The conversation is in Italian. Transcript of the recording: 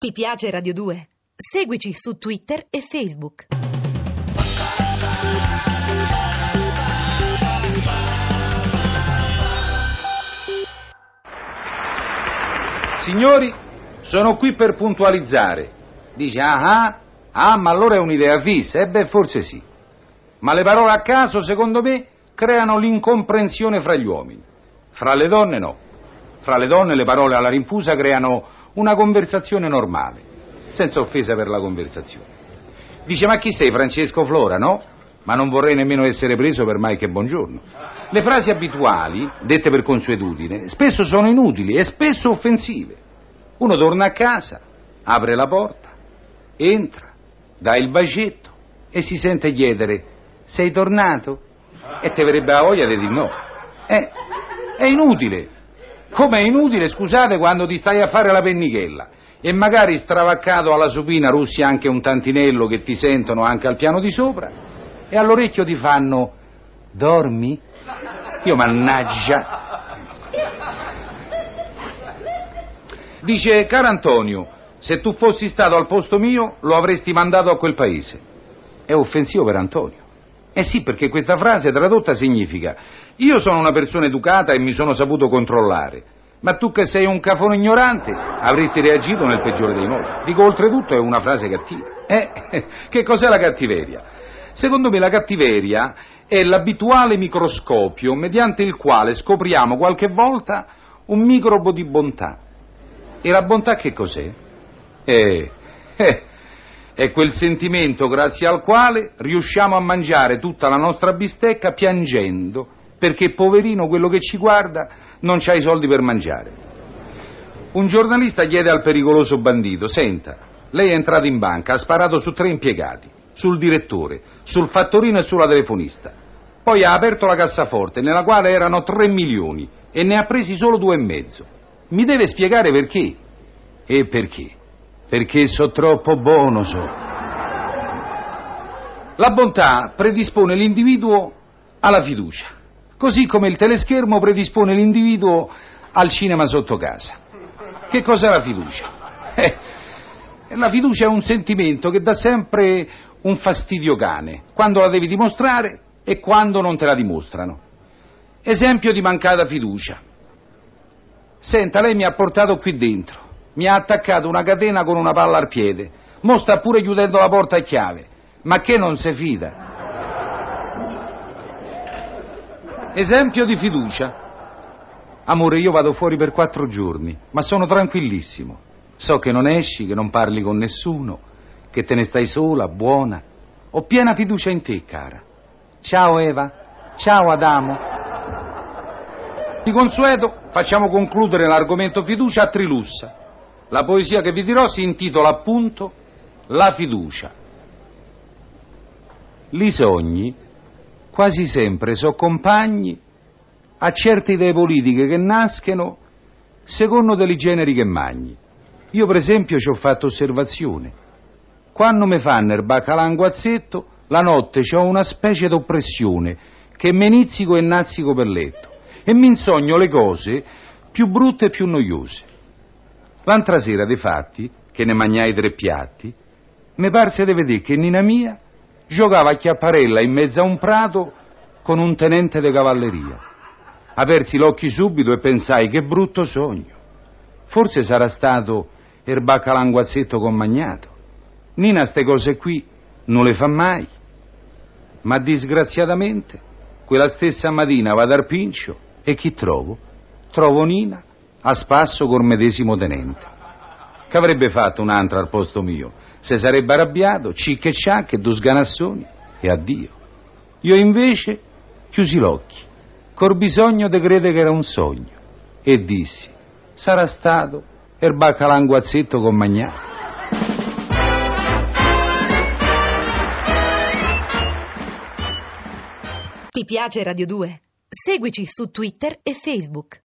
Ti piace Radio 2? Seguici su Twitter e Facebook. Signori, sono qui per puntualizzare. Dice, ma allora è un'idea fissa? Forse sì. Ma le parole a caso, secondo me, creano l'incomprensione fra gli uomini. Fra le donne no. Fra le donne le parole alla rinfusa creano una conversazione normale, senza offesa per la conversazione. Dice, ma chi sei, Francesco Flora, no? Ma non vorrei nemmeno essere preso per Mike e Buongiorno. Le frasi abituali, dette per consuetudine, spesso sono inutili e spesso offensive. Uno torna a casa, apre la porta, entra, dà il bacetto e si sente chiedere: sei tornato? E te verrebbe la voglia di dire no. È inutile. Come è inutile, scusate, quando ti stai a fare la pennichella e magari stravaccato alla supina russi anche un tantinello che ti sentono anche al piano di sopra e all'orecchio ti fanno: dormi? Io mannaggia. Dice, caro Antonio, se tu fossi stato al posto mio lo avresti mandato a quel paese. È offensivo per Antonio. Sì, perché questa frase tradotta significa: io sono una persona educata e mi sono saputo controllare, ma tu che sei un cafone ignorante avresti reagito nel peggiore dei modi. Dico, oltretutto è una frase cattiva. Che cos'è la cattiveria? Secondo me la cattiveria è l'abituale microscopio mediante il quale scopriamo qualche volta un microbo di bontà. E la bontà che cos'è? È quel sentimento grazie al quale riusciamo a mangiare tutta la nostra bistecca piangendo perché, poverino, quello che ci guarda non c'ha i soldi per mangiare. Un giornalista chiede al pericoloso bandito: senta, lei è entrato in banca, ha sparato su 3 impiegati, sul direttore, sul fattorino e sulla telefonista. Poi ha aperto la cassaforte nella quale erano 3 milioni e ne ha presi solo 2,5. Mi deve spiegare perché? E perché? Perché so troppo buono, so. La bontà predispone l'individuo alla fiducia, così come il teleschermo predispone l'individuo al cinema sotto casa. Che cos'è la fiducia? La fiducia è un sentimento che dà sempre un fastidio cane, quando la devi dimostrare e quando non te la dimostrano. Esempio di mancata fiducia. Senta, lei mi ha portato qui dentro, mi ha attaccato una catena con una palla al piede, mo sta pure chiudendo la porta a chiave, ma che non si fida? Esempio di fiducia. Amore, io vado fuori per 4 giorni, ma sono tranquillissimo. So che non esci, che non parli con nessuno, che te ne stai sola, buona. Ho piena fiducia in te, cara. Ciao Eva, ciao Adamo. Di consueto facciamo concludere l'argomento fiducia a Trilussa. La poesia che vi dirò si intitola appunto La fiducia. Li sogni quasi sempre so compagni a certe idee politiche che nascono secondo dei generi che magni. Io per esempio ci ho fatto osservazione. Quando mi fanno il baccalanguazzetto, la notte c'ho una specie d'oppressione che me nizzico e nazzico per letto e mi insogno le cose più brutte e più noiose. L'altra sera, dei fatti, che ne mangiai 3 piatti, mi parse di vedere che Nina mia giocava a chiapparella in mezzo a un prato con un tenente di cavalleria. Apersi l'occhi subito e pensai: che brutto sogno. Forse sarà stato il baccalanguazzetto con magnato. Nina ste cose qui non le fa mai. Ma disgraziatamente quella stessa mattina vado al Pincio e chi trovo? Trovo Nina a spasso col medesimo tenente. Che avrebbe fatto un'altra al posto mio? Se sarebbe arrabbiato, cic e ciac e 2 sganassoni e addio. Io invece chiusi l'occhio, col bisogno di credere che era un sogno, e dissi: sarà stato il baccalanguazzetto con magnato. Ti piace Radio 2? Seguici su Twitter e Facebook.